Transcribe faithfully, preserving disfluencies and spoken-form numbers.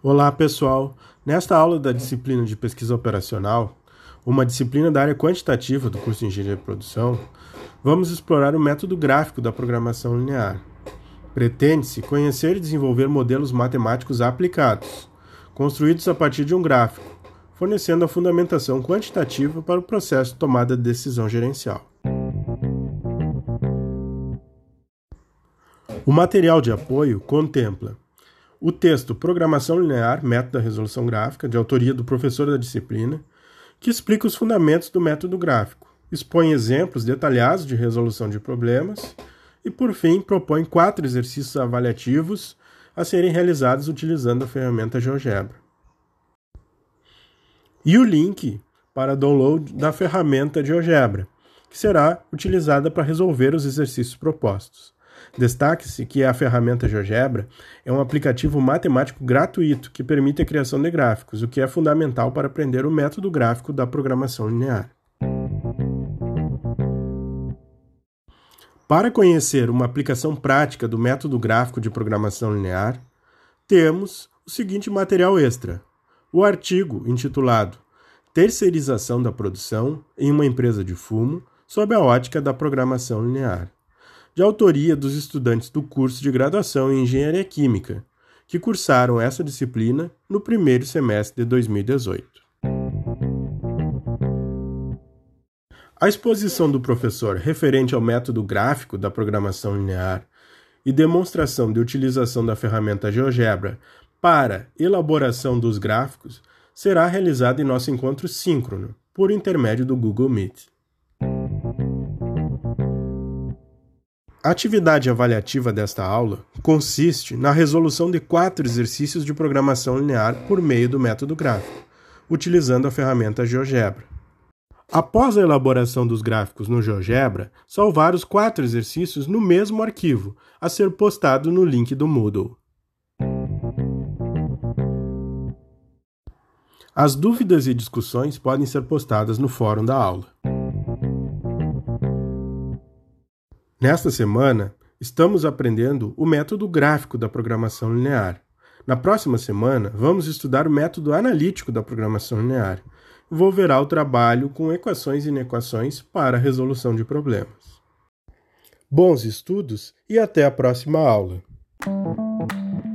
Olá, pessoal! Nesta aula da disciplina de pesquisa operacional, uma disciplina da área quantitativa do curso de Engenharia de Produção, vamos explorar o método gráfico da programação linear. Pretende-se conhecer e desenvolver modelos matemáticos aplicados, construídos a partir de um gráfico, fornecendo a fundamentação quantitativa para o processo de tomada de decisão gerencial. O material de apoio contempla o texto Programação Linear, Método da Resolução Gráfica, de autoria do professor da disciplina, que explica os fundamentos do método gráfico, expõe exemplos detalhados de resolução de problemas e, por fim, propõe quatro exercícios avaliativos a serem realizados utilizando a ferramenta GeoGebra. E o link para download da ferramenta GeoGebra, que será utilizada para resolver os exercícios propostos. Destaque-se que a ferramenta GeoGebra é um aplicativo matemático gratuito que permite a criação de gráficos, o que é fundamental para aprender o método gráfico da programação linear. Para conhecer uma aplicação prática do método gráfico de programação linear, temos o seguinte material extra: o artigo intitulado Terceirização da Produção em uma Empresa de Fumo sob a ótica da programação linear, de autoria dos estudantes do curso de graduação em Engenharia Química, que cursaram essa disciplina no primeiro semestre de dois mil e dezoito. A exposição do professor referente ao método gráfico da programação linear e demonstração de utilização da ferramenta GeoGebra para elaboração dos gráficos será realizada em nosso encontro síncrono, por intermédio do Google Meet. A atividade avaliativa desta aula consiste na resolução de quatro exercícios de programação linear por meio do método gráfico, utilizando a ferramenta GeoGebra. Após a elaboração dos gráficos no GeoGebra, salvar os quatro exercícios no mesmo arquivo, a ser postado no link do Moodle. As dúvidas e discussões podem ser postadas no fórum da aula. Nesta semana, estamos aprendendo o método gráfico da programação linear. Na próxima semana, vamos estudar o método analítico da programação linear. Envolverá o trabalho com equações e inequações para a resolução de problemas. Bons estudos e até a próxima aula!